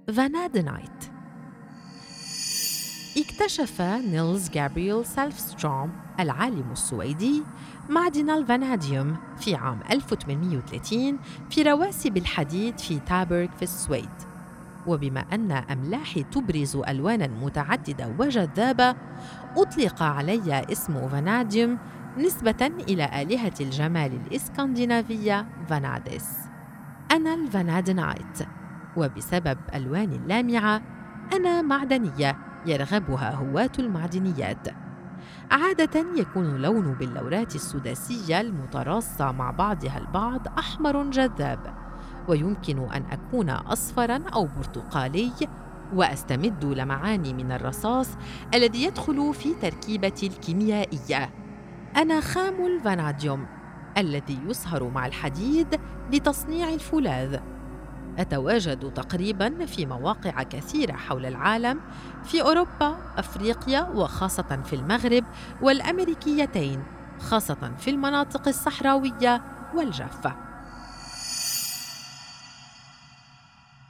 فانادينايت. اكتشف نيلز غابرييل سالفستروم العالم السويدي معدن الفاناديوم في عام 1830 في رواسب الحديد في تابرغ في السويد. وبما أن أملاح تبرز ألواناً متعددة وجذابة، أطلق علي اسم فاناديوم نسبة إلى آلهة الجمال الإسكندنافية فاناديس. أنا الفانادينايت، وبسبب ألواني اللامعة أنا معدنية يرغبها هواة المعدنيات. عادة يكون اللون باللورات السداسية المتراصة مع بعضها البعض أحمر جذاب، ويمكن أن أكون أصفراً أو برتقالي، وأستمد لمعان من الرصاص الذي يدخل في تركيبتي الكيميائية. أنا خام الفاناديوم الذي يصهر مع الحديد لتصنيع الفولاذ. أتواجد تقريباً في مواقع كثيرة حول العالم، في أوروبا، أفريقيا، وخاصة في المغرب والأمريكيتين، خاصة في المناطق الصحراوية والجافة.